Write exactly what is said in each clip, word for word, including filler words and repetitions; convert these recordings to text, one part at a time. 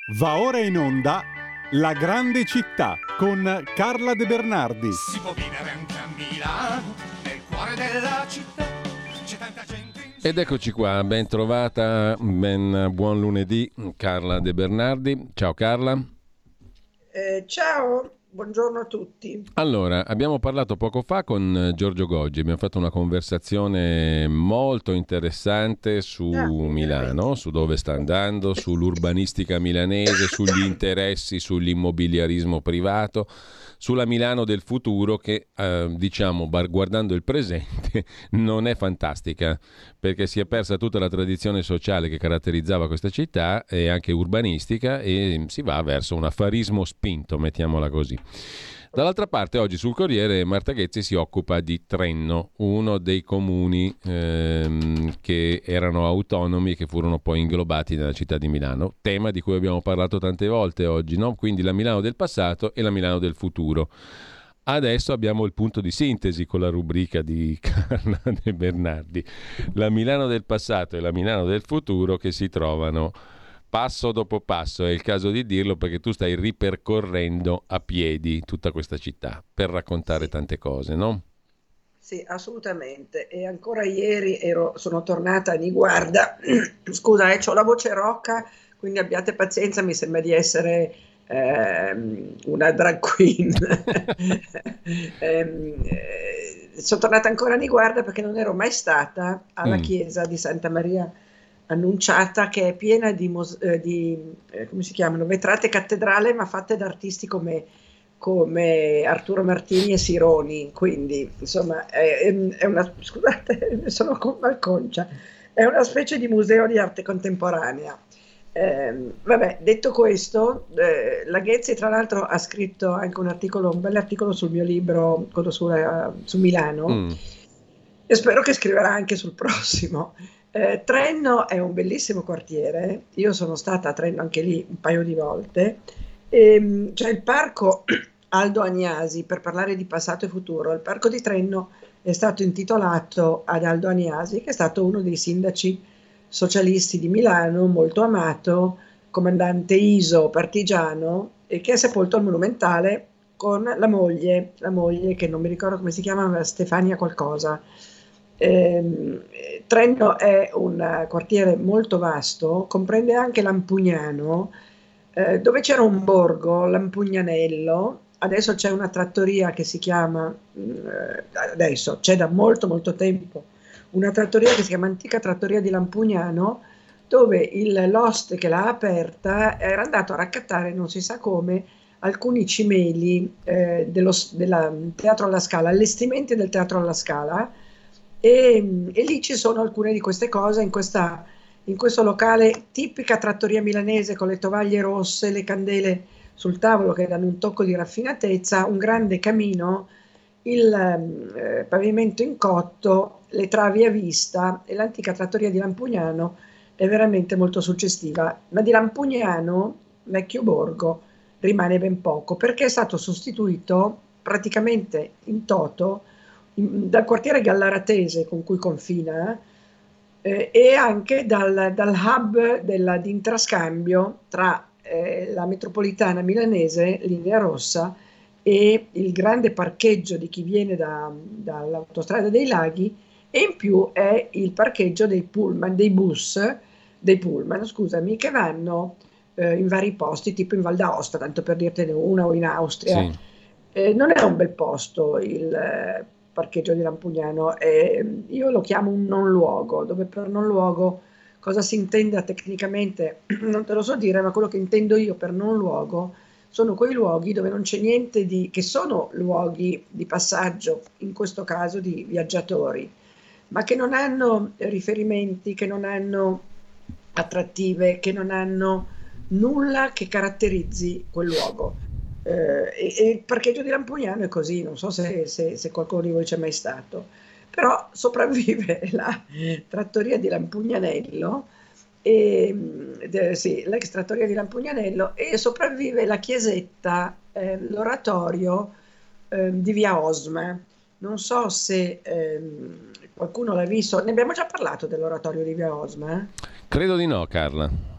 Va ora in onda La grande città con Carla De Bernardi. Si può vivere anche a Milano, nel cuore della città. C'è tanta gente in... Ed eccoci qua, ben trovata, ben buon lunedì, Carla De Bernardi. Ciao Carla. Eh, ciao, buongiorno a tutti. Allora, abbiamo parlato poco fa con Giorgio Goggi, abbiamo fatto una conversazione molto interessante su Ah, Milano, su dove sta andando, sull'urbanistica milanese, sugli interessi, sull'immobiliarismo privato, sulla Milano del futuro che, eh, diciamo, bar- guardando il presente, non è fantastica, perché si è persa tutta la tradizione sociale che caratterizzava questa città e anche urbanistica e si va verso un affarismo spinto, mettiamola così. Dall'altra parte oggi sul Corriere Marta Ghezzi si occupa di Trenno, uno dei comuni ehm, che erano autonomi e che furono poi inglobati nella città di Milano, tema di cui abbiamo parlato tante volte oggi, no? Quindi la Milano del passato e la Milano del futuro. Adesso abbiamo il punto di sintesi con la rubrica di Carla De Bernardi, la Milano del passato e la Milano del futuro che si trovano passo dopo passo, è il caso di dirlo perché tu stai ripercorrendo a piedi tutta questa città per raccontare Sì. tante cose, no? Sì, assolutamente. E ancora ieri ero, sono tornata a Niguarda. Scusa, eh, c'ho la voce roca, quindi abbiate pazienza, mi sembra di essere ehm, una drag queen. Ehm, eh, sono tornata ancora a Niguarda perché non ero mai stata alla Mm. chiesa di Santa Maria Annunciata, che è piena di, mos- eh, di, eh, come si chiamano, vetrate cattedrale, ma fatte da artisti come, come Arturo Martini e Sironi. Quindi, insomma, è, è una, scusate, sono con malconcia, è una specie di museo di arte contemporanea. Ehm, vabbè, detto questo, eh, la Ghezzi tra l'altro ha scritto anche un articolo, un bell'articolo sul mio libro, quello sulla- su Milano, Mm. e spero che scriverà anche sul prossimo. Eh, Trenno è un bellissimo quartiere, io sono stata a Trenno anche lì un paio di volte. Ehm, c'è il parco Aldo Agnasi, per parlare di passato e futuro. Il parco di Trenno è stato intitolato ad Aldo Agnasi, che è stato uno dei sindaci socialisti di Milano, molto amato, comandante I S O partigiano, e che è sepolto al Monumentale con la moglie, la moglie che non mi ricordo come si chiama, ma Stefania qualcosa. Ehm, Trenno è un quartiere molto vasto, comprende anche Lampugnano, eh, dove c'era un borgo, Lampugnanello. Adesso c'è una trattoria che si chiama, eh, adesso c'è da molto molto tempo, una trattoria che si chiama Antica Trattoria di Lampugnano, dove il, l'oste che l'ha aperta era andato a raccattare, non si sa come, alcuni cimeli eh, dello della Teatro alla Scala, allestimenti del Teatro alla Scala, e, e lì ci sono alcune di queste cose in, questa, in questo locale, tipica trattoria milanese, con le tovaglie rosse, le candele sul tavolo che danno un tocco di raffinatezza, un grande camino, il eh, pavimento in cotto, le travi a vista, e l'antica trattoria di Lampugnano è veramente molto suggestiva. Ma di Lampugnano, vecchio borgo, rimane ben poco, perché è stato sostituito praticamente in toto in- dal quartiere gallaratese con cui confina, eh, e anche dal, dal hub della, di intrascambio tra eh, la metropolitana milanese, linea rossa, e il grande parcheggio di chi viene da- dall'autostrada dei Laghi, e in più è il parcheggio dei pullman, dei bus, dei pullman, scusami, che vanno eh, in vari posti, tipo in Val d'Aosta, tanto per dirtene una, o in Austria. Sì. Eh, non è un bel posto il eh, parcheggio di Lampugnano, eh, io lo chiamo un non luogo, dove per non luogo cosa si intenda tecnicamente non te lo so dire, ma quello che intendo io per non luogo sono quei luoghi dove non c'è niente di, che sono luoghi di passaggio, in questo caso di viaggiatori, ma che non hanno riferimenti, che non hanno attrattive, che non hanno nulla che caratterizzi quel luogo. Eh, e, e il parcheggio di Lampugnano è così, non so se, se- se qualcuno di voi c'è mai stato, però sopravvive la trattoria di Lampugnanello, e, mh, de- sì, l'ex trattoria di Lampugnanello, e sopravvive la chiesetta, eh, l'oratorio eh, di Via Osma. Non so se ehm, qualcuno l'ha visto, ne abbiamo già parlato dell'oratorio di Via Osma? Credo di no, Carla.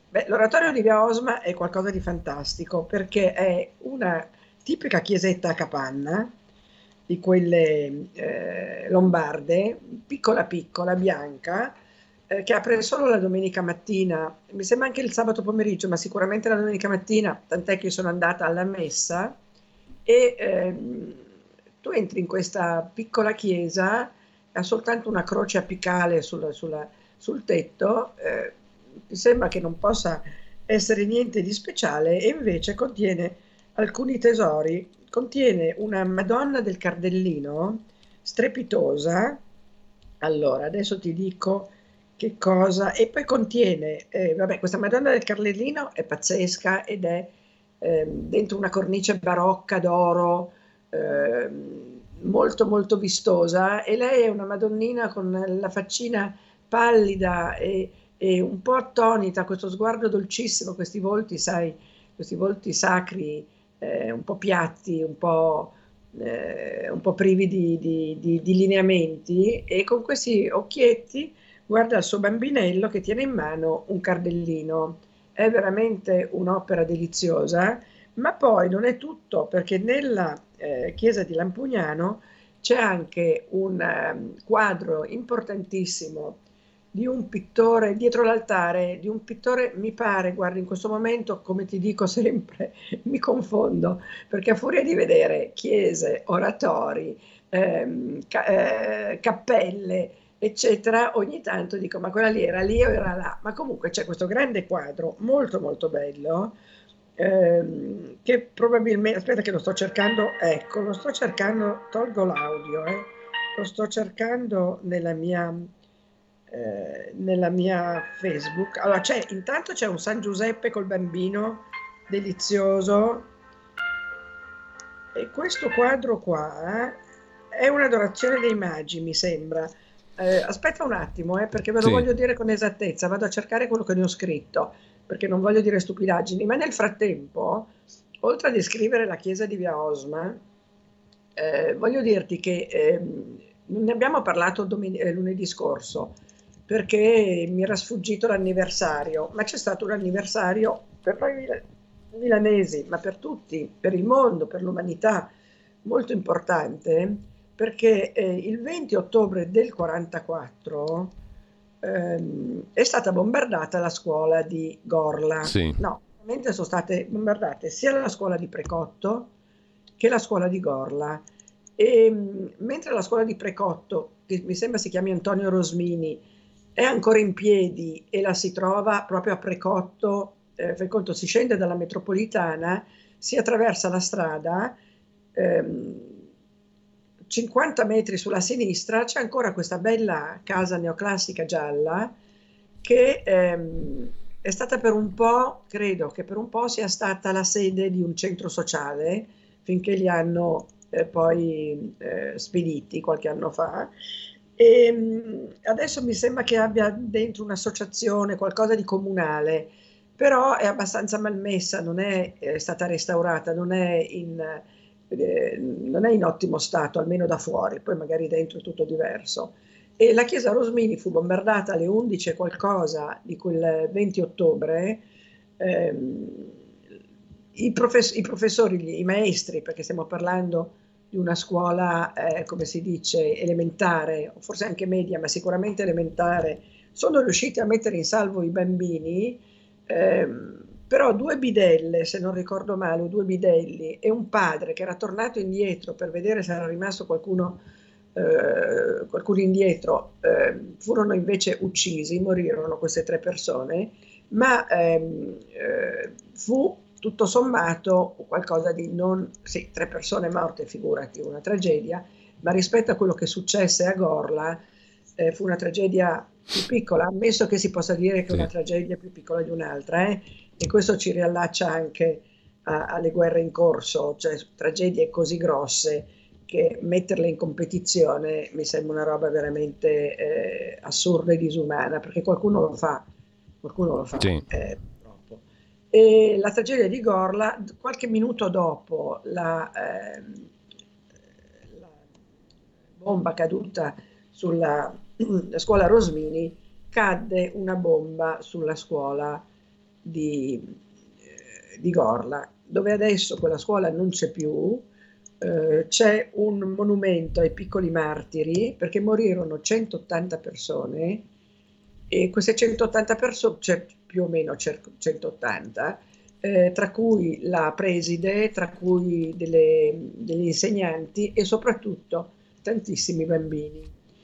Beh, l'oratorio di Via Osma è qualcosa di fantastico perché è una tipica chiesetta a capanna di quelle eh, lombarde, piccola piccola, bianca, eh, che apre solo la domenica mattina, mi sembra anche il sabato pomeriggio, ma sicuramente la domenica mattina, tant'è che sono andata alla messa e ehm, tu entri in questa piccola chiesa, ha soltanto una croce apicale sul, sulla- sul tetto, eh, ti sembra che non possa essere niente di speciale e invece contiene alcuni tesori, contiene una Madonna del Cardellino strepitosa. Allora, adesso ti dico che cosa, e poi contiene, eh, vabbè, questa Madonna del Carlellino è pazzesca ed è ehm, dentro una cornice barocca d'oro, ehm, molto molto vistosa, e lei è una Madonnina con la faccina pallida e, e un po' attonita, questo sguardo dolcissimo, questi volti, sai, questi volti sacri, eh, un po' piatti, un po', eh, un po' privi di, di- di- di lineamenti, e con questi occhietti guarda il suo bambinello che tiene in mano un cardellino. È veramente un'opera deliziosa, ma poi non è tutto, perché nella eh, chiesa di Lampugnano c'è anche un ehm, quadro importantissimo di un pittore dietro l'altare, di un pittore, mi pare, guarda, in questo momento, come ti dico sempre, mi confondo, perché a furia di vedere chiese, oratori, ehm, ca- eh, cappelle, eccetera, ogni tanto dico, ma quella lì era lì o era là? Ma comunque c'è questo grande quadro, molto molto bello, ehm, che probabilmente, aspetta che lo sto cercando, ecco, lo sto cercando, tolgo l'audio, eh, lo sto cercando nella mia, eh, nella mia Facebook. Allora, c'è, intanto c'è un San Giuseppe col bambino, delizioso, e questo quadro qua è un'adorazione dei magi, mi sembra. Eh, aspetta un attimo, eh, perché ve lo Sì. voglio dire con esattezza, vado a cercare quello che ne ho scritto, perché non voglio dire stupidaggini, ma nel frattempo, oltre a descrivere la chiesa di Via Osma, eh, voglio dirti che ehm, non ne abbiamo parlato domen- eh, lunedì scorso, perché mi era sfuggito l'anniversario, ma c'è stato un anniversario per noi mila- milanesi, ma per tutti, per il mondo, per l'umanità, molto importante, perché eh, il venti ottobre del quarantaquattro ehm, è stata bombardata la scuola di Gorla. Sì. No, ovviamente sono state bombardate sia la scuola di Precotto che la scuola di Gorla. E, mh, mentre la scuola di Precotto, che mi sembra si chiami Antonio Rosmini, è ancora in piedi e la si trova proprio a Precotto, eh, fai conto, si scende dalla metropolitana, si attraversa la strada, ehm, cinquanta metri sulla sinistra c'è ancora questa bella casa neoclassica gialla che ehm, è stata per un po', credo che per un po' sia stata la sede di un centro sociale finché li hanno eh, poi eh, spediti qualche anno fa. E mh, adesso mi sembra che abbia dentro un'associazione, qualcosa di comunale, però è abbastanza malmessa, non è, è stata restaurata, non è in, eh, non è in ottimo stato, almeno da fuori, poi magari dentro è tutto diverso. E la chiesa Rosmini fu bombardata alle undici e qualcosa di quel venti ottobre. ehm, i, profes- i professori, gli- i maestri, perché stiamo parlando di una scuola, eh, come si dice, elementare, o forse anche media, ma sicuramente elementare, sono riusciti a mettere in salvo i bambini, ehm, però due bidelle, se non ricordo male, o due bidelli, e un padre che era tornato indietro per vedere se era rimasto qualcuno, eh, qualcuno indietro, eh, furono invece uccisi, morirono queste tre persone, ma ehm, eh, fu tutto sommato qualcosa di non, sì, tre persone morte, figurati, una tragedia, ma rispetto a quello che successe a Gorla, eh, fu una tragedia più piccola, ammesso che si possa dire che Sì. una tragedia è più piccola di un'altra, eh? E questo ci riallaccia anche a- alle guerre in corso, cioè tragedie così grosse che metterle in competizione mi sembra una roba veramente eh, assurda e disumana, perché qualcuno lo fa, qualcuno lo fa, Sì. eh, purtroppo. E la tragedia di Gorla, qualche minuto dopo la, ehm, la bomba caduta sulla scuola Rosmini, cadde una bomba sulla scuola di, eh, di Gorla, dove adesso quella scuola non c'è più. Eh, c'è un monumento ai piccoli martiri perché morirono centottanta persone e queste centottanta persone, cioè più o meno centottanta, eh, tra cui la preside, tra cui delle, degli insegnanti e soprattutto tantissimi bambini.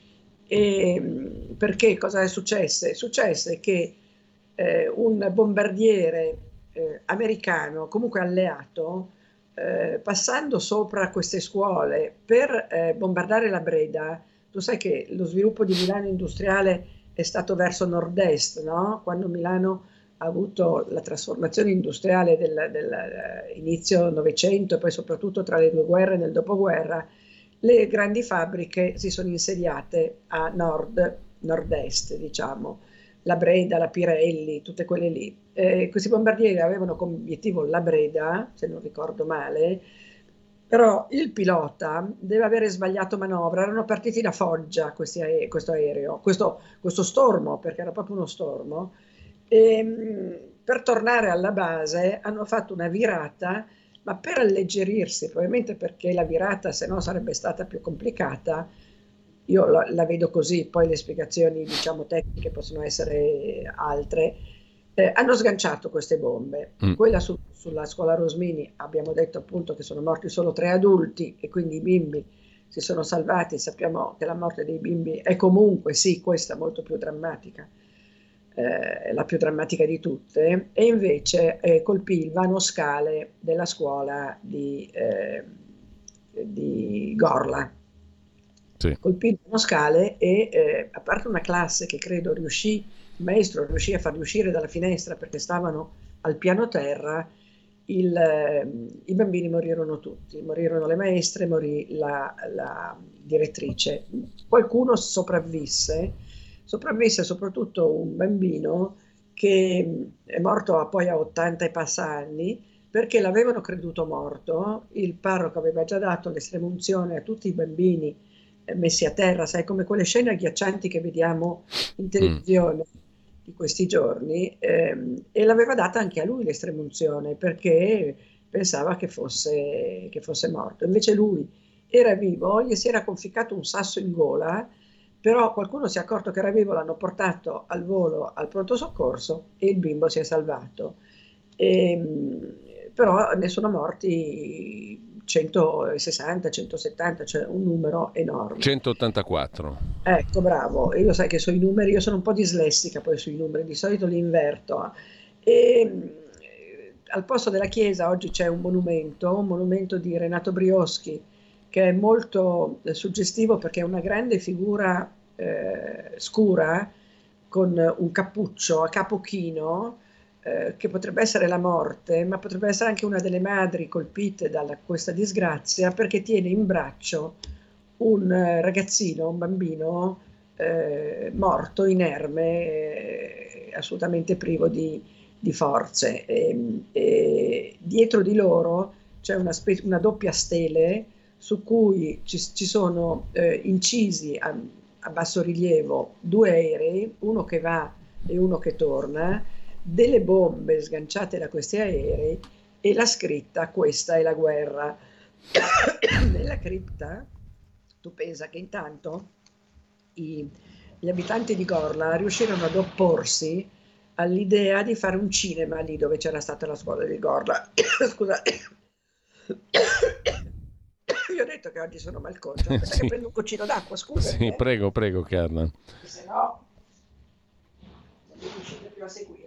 E, perché cosa è successo? È successo che eh, un bombardiere eh, americano, comunque alleato, Eh, passando sopra queste scuole per eh, bombardare la Breda. Tu sai che lo sviluppo di Milano industriale è stato verso nord-est, no? Quando Milano ha avuto la trasformazione industriale del, del uh, inizio Novecento e poi soprattutto tra le due guerre nel dopoguerra, le grandi fabbriche si sono insediate a nord, nord-est, diciamo, la Breda, la Pirelli, tutte quelle lì. Eh, questi bombardieri avevano come obiettivo la Breda, se non ricordo male, però il pilota deve avere sbagliato manovra. Erano partiti da Foggia questi ae- questo aereo, questo, questo stormo, perché era proprio uno stormo, e mh, per tornare alla base hanno fatto una virata, ma per alleggerirsi, probabilmente perché la virata se no sarebbe stata più complicata. Io la, la vedo così, poi le spiegazioni, diciamo, tecniche possono essere altre. Eh, hanno sganciato queste bombe. Mm. Quella su, sulla scuola Rosmini abbiamo detto appunto che sono morti solo tre adulti e quindi i bimbi si sono salvati. Sappiamo che la morte dei bimbi è comunque, sì, questa molto più drammatica, eh, la più drammatica di tutte, e invece eh, colpì il vano scale della scuola di, eh, di Gorla. Sì. Colpì il vano scale e eh, a parte una classe che credo riuscì, il maestro riuscì a farli uscire dalla finestra perché stavano al piano terra, il, eh, i bambini morirono tutti, morirono le maestre, morì la, la direttrice. Qualcuno sopravvisse, sopravvisse soprattutto un bambino che è morto a, poi a ottanta e passa anni, perché l'avevano creduto morto. Il parroco aveva già dato l'estrema unzione a tutti i bambini messi a terra, sai, come quelle scene agghiaccianti che vediamo in televisione mm. di questi giorni, ehm, e l'aveva data anche a lui l'estrema unzione perché pensava che fosse, che fosse morto. Invece lui era vivo, gli si era conficcato un sasso in gola, però qualcuno si è accorto che era vivo, l'hanno portato al volo al pronto soccorso e il bimbo si è salvato. E, però ne sono morti centosessanta, centosettanta, cioè un numero enorme. centottantaquattro. Ecco, bravo. Io sai che sui numeri, io sono un po' dislessica poi sui numeri, di solito li inverto. E al posto della chiesa oggi c'è un monumento, un monumento di Renato Brioschi, che è molto eh, suggestivo perché è una grande figura eh, scura con un cappuccio a capo chino, che potrebbe essere la morte, ma potrebbe essere anche una delle madri colpite da questa disgrazia, perché tiene in braccio un ragazzino, un bambino eh, morto, inerme, eh, assolutamente privo di, di forze. E, e dietro di loro c'è una, spe- una doppia stele su cui ci, ci sono eh, incisi a, a basso rilievo due aerei, uno che va e uno che torna, delle bombe sganciate da questi aerei e la scritta "questa è la guerra". Nella cripta tu pensa che intanto i, gli abitanti di Gorla riuscirono ad opporsi all'idea di fare un cinema lì dove c'era stata la scuola di Gorla. Scusate, io ho detto che oggi sono malconcio, aspetta sì. che prendo un goccino d'acqua, scusa. Sì, eh. prego, prego Carla. Se no non mi riuscite più a seguire.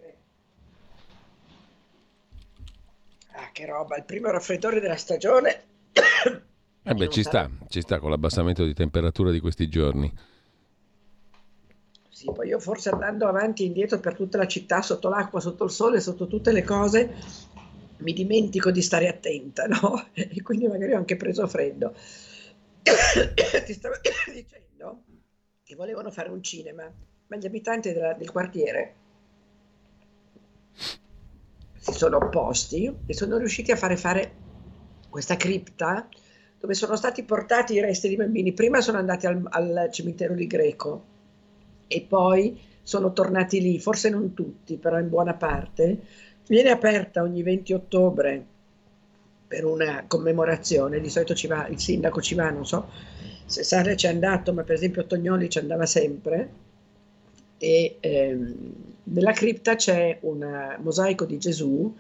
Ah, che roba, il primo raffreddore della stagione. Eh beh, ci sta, ci sta con l'abbassamento di temperatura di questi giorni. Sì, poi io forse andando avanti e indietro per tutta la città, sotto l'acqua, sotto il sole, sotto tutte le cose, mi dimentico di stare attenta, no? E quindi magari ho anche preso freddo. Ti stavo dicendo che volevano fare un cinema, ma gli abitanti della, del quartiere si sono opposti e sono riusciti a fare fare questa cripta dove sono stati portati i resti di bambini. Prima sono andati al, al cimitero di Greco e poi sono tornati lì, forse non tutti, però in buona parte. Viene aperta ogni venti ottobre per una commemorazione, di solito ci va, il sindaco ci va, non so se Sarre ci è andato, ma per esempio Tognoli ci andava sempre, e ehm, nella cripta c'è un mosaico di Gesù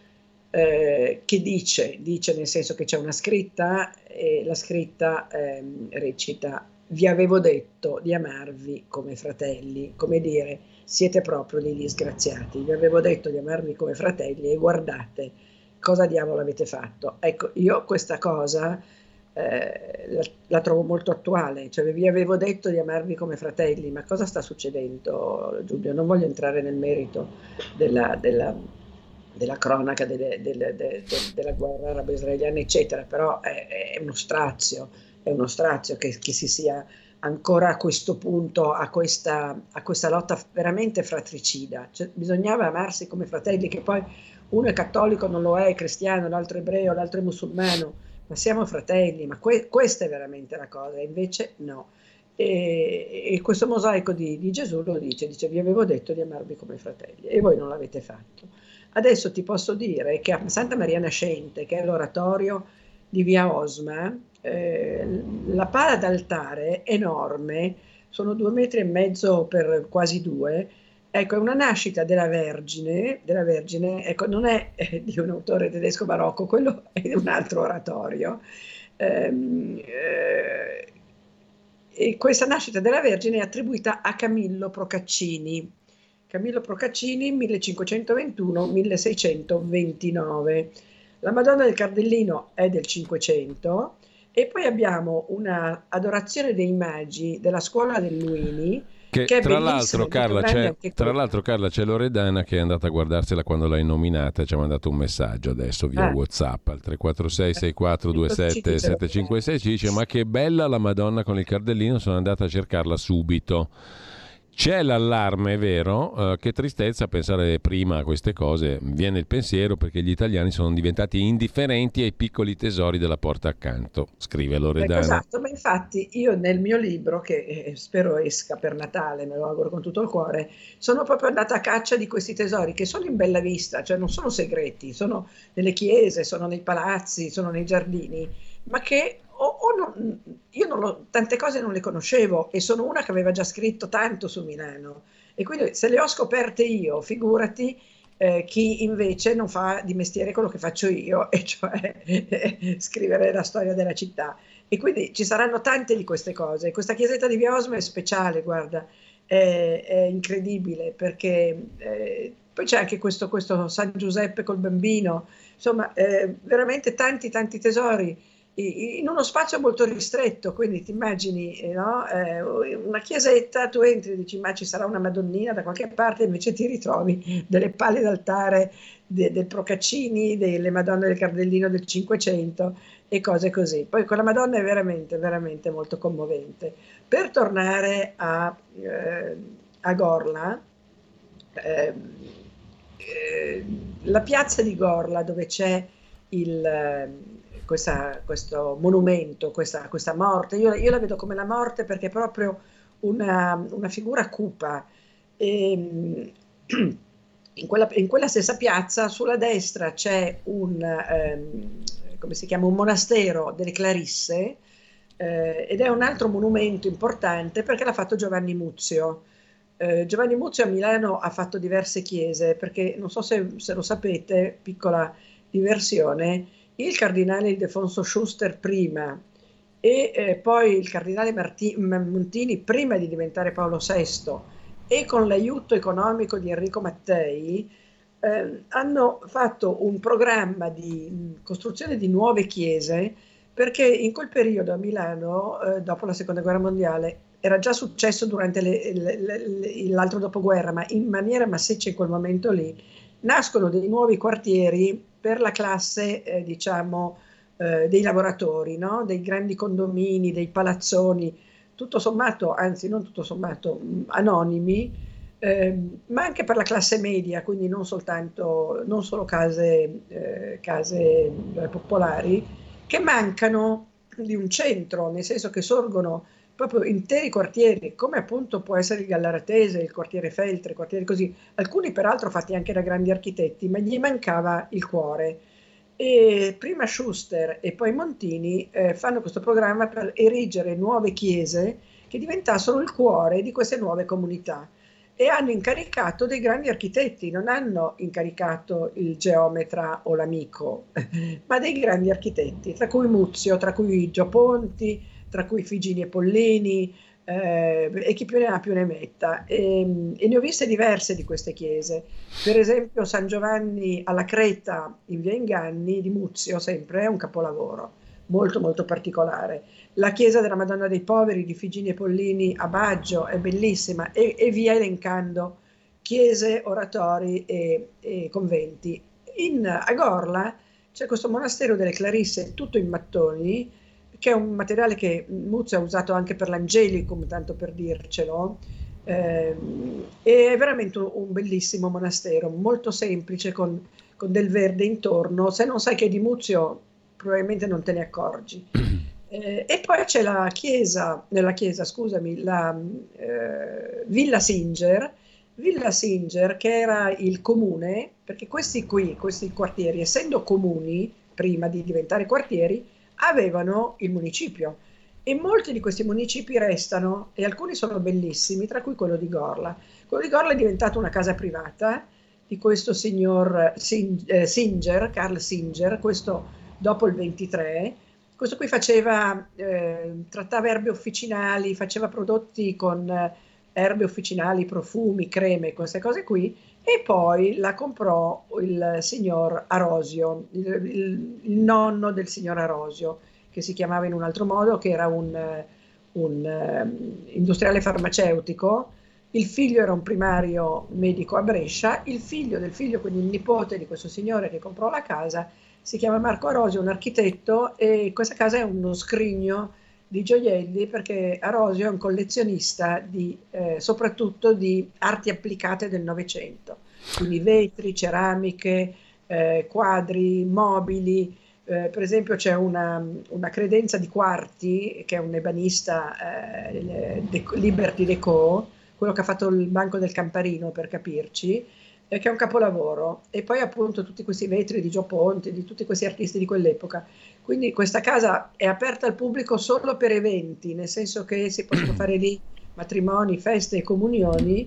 eh, che dice, dice nel senso che c'è una scritta, e la scritta ehm, recita: vi avevo detto di amarvi come fratelli, come dire, siete proprio dei disgraziati, vi avevo detto di amarvi come fratelli e guardate cosa diavolo avete fatto. Ecco, io questa cosa eh, la, la trovo molto attuale, cioè vi avevo detto di amarvi come fratelli, ma cosa sta succedendo, Giulio? Non voglio entrare nel merito della, della, della cronaca delle, delle, de, de, della guerra arabo-israeliana, eccetera, però è, è uno strazio, è uno strazio che, che si sia ancora a questo punto, a questa, a questa lotta veramente fratricida. Cioè, bisognava amarsi come fratelli, che poi uno è cattolico, non lo è, è cristiano, l'altro è ebreo, l'altro è musulmano, ma siamo fratelli, ma que- questa è veramente la cosa, invece no. E, e questo mosaico di, di Gesù lo dice, dice: vi avevo detto di amarvi come fratelli e voi non l'avete fatto. Adesso ti posso dire che a Santa Maria Nascente, che è l'oratorio di via Osma, eh, la pala d'altare enorme, sono due metri e mezzo per quasi due. Ecco, è una nascita della Vergine, della Vergine, ecco, non è eh, di un autore tedesco barocco, quello è di un altro oratorio. Ehm, eh, e questa nascita della Vergine è attribuita a Camillo Procaccini. Camillo Procaccini, millecinquecentoventuno milleseicentoventinove. La Madonna del Cardellino è del Cinquecento, e poi abbiamo una adorazione dei magi della scuola del Luini, Che, che è tra, bellissima, l'altro, Carla, c'è, tra quella. l'altro Carla c'è Loredana che è andata a guardarsela quando l'hai nominata e ci ha mandato un messaggio adesso via Ah. WhatsApp al tre quattro sei sei quattro due sette sette cinque sei. Ci dice: ma che bella la Madonna con il cardellino, sono andata a cercarla subito. C'è l'allarme, è vero, eh, che tristezza pensare prima a queste cose, viene il pensiero perché gli italiani sono diventati indifferenti ai piccoli tesori della porta accanto, scrive Loredana. Ecco, esatto, ma infatti io nel mio libro, che eh, spero esca per Natale, me lo auguro con tutto il cuore, sono proprio andata a caccia di questi tesori che sono in bella vista, cioè non sono segreti, sono nelle chiese, sono nei palazzi, sono nei giardini, ma che o, o non, io non lo, tante cose non le conoscevo, e sono una che aveva già scritto tanto su Milano, e quindi se le ho scoperte io, figurati eh, chi invece non fa di mestiere quello che faccio io, e cioè eh, scrivere la storia della città. E quindi ci saranno tante di queste cose. Questa chiesetta di via Osma è speciale, guarda, è, è incredibile, perché eh, poi c'è anche questo, questo San Giuseppe col bambino, insomma eh, veramente tanti tanti tesori in uno spazio molto ristretto. Quindi ti immagini eh, no? eh, una chiesetta, tu entri e dici ma ci sarà una Madonnina da qualche parte, invece ti ritrovi delle pale d'altare de, del Procaccini, delle Madonne del Cardellino del Cinquecento e cose così. Poi quella Madonna è veramente veramente molto commovente. Per tornare a, eh, a Gorla, eh, eh, la piazza di Gorla, dove c'è il Questa, questo monumento, questa, questa morte, io, io la vedo come la morte perché è proprio una, una figura cupa. E, in, quella, in quella stessa piazza sulla destra c'è un, ehm, come si chiama, un monastero delle Clarisse, eh, ed è un altro monumento importante perché l'ha fatto Giovanni Muzio. Eh, Giovanni Muzio a Milano ha fatto diverse chiese, perché non so se, se lo sapete, piccola diversione, il cardinale Ildefonso Schuster prima e eh, poi il cardinale Marti- Montini, prima di diventare Paolo sesto, e con l'aiuto economico di Enrico Mattei, eh, hanno fatto un programma di costruzione di nuove chiese, perché in quel periodo a Milano, eh, dopo la seconda guerra mondiale, era già successo durante le, le, le, l'altro dopoguerra, ma in maniera massiccia in quel momento lì, nascono dei nuovi quartieri per la classe, eh, diciamo, eh, dei lavoratori, no? Dei grandi condomini, dei palazzoni, tutto sommato, anzi non tutto sommato, mh, anonimi, eh, ma anche per la classe media, quindi non soltanto, non solo case, eh, case eh, popolari, che mancano di un centro, nel senso che sorgono proprio interi quartieri, come appunto può essere il Gallaratese, il quartiere Feltre, quartieri così, alcuni peraltro fatti anche da grandi architetti, ma gli mancava il cuore. E prima Schuster e poi Montini eh, fanno questo programma per erigere nuove chiese che diventassero il cuore di queste nuove comunità, e hanno incaricato dei grandi architetti, non hanno incaricato il geometra o l'amico, ma dei grandi architetti, tra cui Muzio, tra cui Gio Ponti, tra cui Figini e Pollini, eh, e chi più ne ha più ne metta. E, e ne ho viste diverse di queste chiese. Per esempio San Giovanni alla Creta in via Inganni di Muzio, sempre è un capolavoro molto molto particolare. La chiesa della Madonna dei Poveri di Figini e Pollini a Baggio è bellissima, e, e via elencando chiese, oratori e, e conventi. In, a Gorla c'è questo monastero delle Clarisse tutto in mattoni, che è un materiale che Muzio ha usato anche per l'Angelicum, tanto per dircelo, eh, e è veramente un, un bellissimo monastero, molto semplice, con, con del verde intorno. Se non sai che è di Muzio, probabilmente non te ne accorgi. Eh, e poi c'è la chiesa, nella chiesa, scusami, la eh, Villa Singer, Villa Singer che era il comune, perché questi qui, questi quartieri, essendo comuni prima di diventare quartieri, avevano il municipio, e molti di questi municipi restano, e alcuni sono bellissimi, tra cui quello di Gorla. Quello di Gorla è diventato una casa privata di questo signor Singer, Carl Singer, questo dopo il ventitré. Questo qui faceva, eh, trattava erbe officinali, faceva prodotti con eh, erbe officinali, profumi, creme, queste cose qui, e poi la comprò il signor Arosio, il, il, il nonno del signor Arosio, che si chiamava in un altro modo, che era un, un um, industriale farmaceutico. Il figlio era un primario medico a Brescia, il figlio del figlio, quindi il nipote di questo signore che comprò la casa, si chiama Marco Arosio, un architetto, e questa casa è uno scrigno di gioielli, perché Arosio è un collezionista di, eh, soprattutto di arti applicate del Novecento, quindi vetri, ceramiche, eh, quadri, mobili. Eh, per esempio c'è una, una credenza di Quarti, che è un ebanista, eh, de, Liberty Deco, quello che ha fatto il Banco del Camparino, per capirci, eh, che è un capolavoro. E poi appunto tutti questi vetri di Gio Ponti, di tutti questi artisti di quell'epoca. Quindi questa casa è aperta al pubblico solo per eventi, nel senso che si possono fare lì matrimoni, feste e comunioni,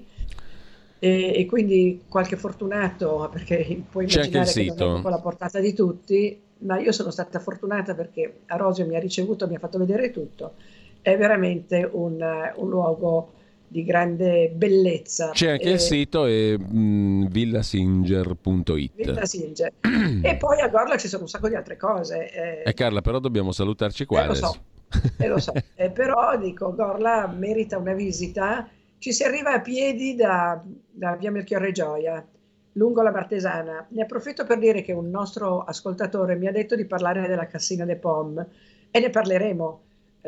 e, e quindi qualche fortunato, perché puoi immaginare che non è un po' la portata di tutti, ma io sono stata fortunata perché Arosio mi ha ricevuto, mi ha fatto vedere tutto. È veramente un, un luogo di grande bellezza. C'è anche eh, il sito è mh, villasinger punto it. Villa Singer. E poi a Gorla ci sono un sacco di altre cose. Eh, eh Carla, però dobbiamo salutarci qua eh, adesso. Lo so, eh, lo so. eh, però dico, Gorla merita una visita. Ci si arriva a piedi da, da via Melchiorre Gioia, lungo la Martesana. Ne approfitto per dire che un nostro ascoltatore mi ha detto di parlare della Cassina de Pom, e ne parleremo.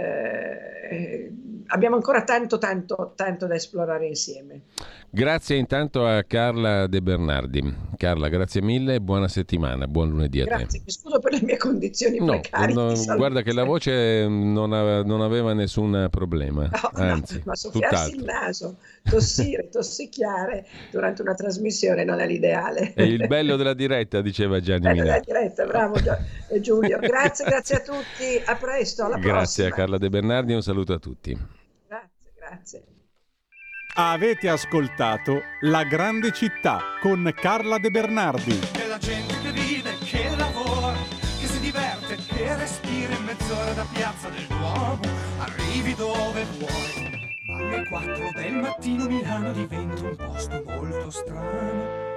Eh, abbiamo ancora tanto tanto tanto da esplorare insieme. Grazie intanto a Carla De Bernardi. Carla, grazie mille e buona settimana, buon lunedì a grazie, te. Mi scuso per le mie condizioni no, precarie. No, guarda che la voce non aveva, non aveva nessun problema, no, anzi, no, ma soffiarsi il naso, tossire, tossicchiare durante una trasmissione non è l'ideale. È il bello della diretta, diceva Gianni bello Milà. della diretta, bravo Giulio. Grazie, grazie a tutti, a presto, alla grazie prossima. Grazie a Carla De Bernardi e un saluto a tutti. Grazie, grazie. Avete ascoltato La Grande Città con Carla De Bernardi. È la gente che vive, che lavora, che si diverte, che respira in mezz'ora da Piazza del Duomo. Arrivi dove vuoi, ma alle quattro del mattino Milano diventa un posto molto strano.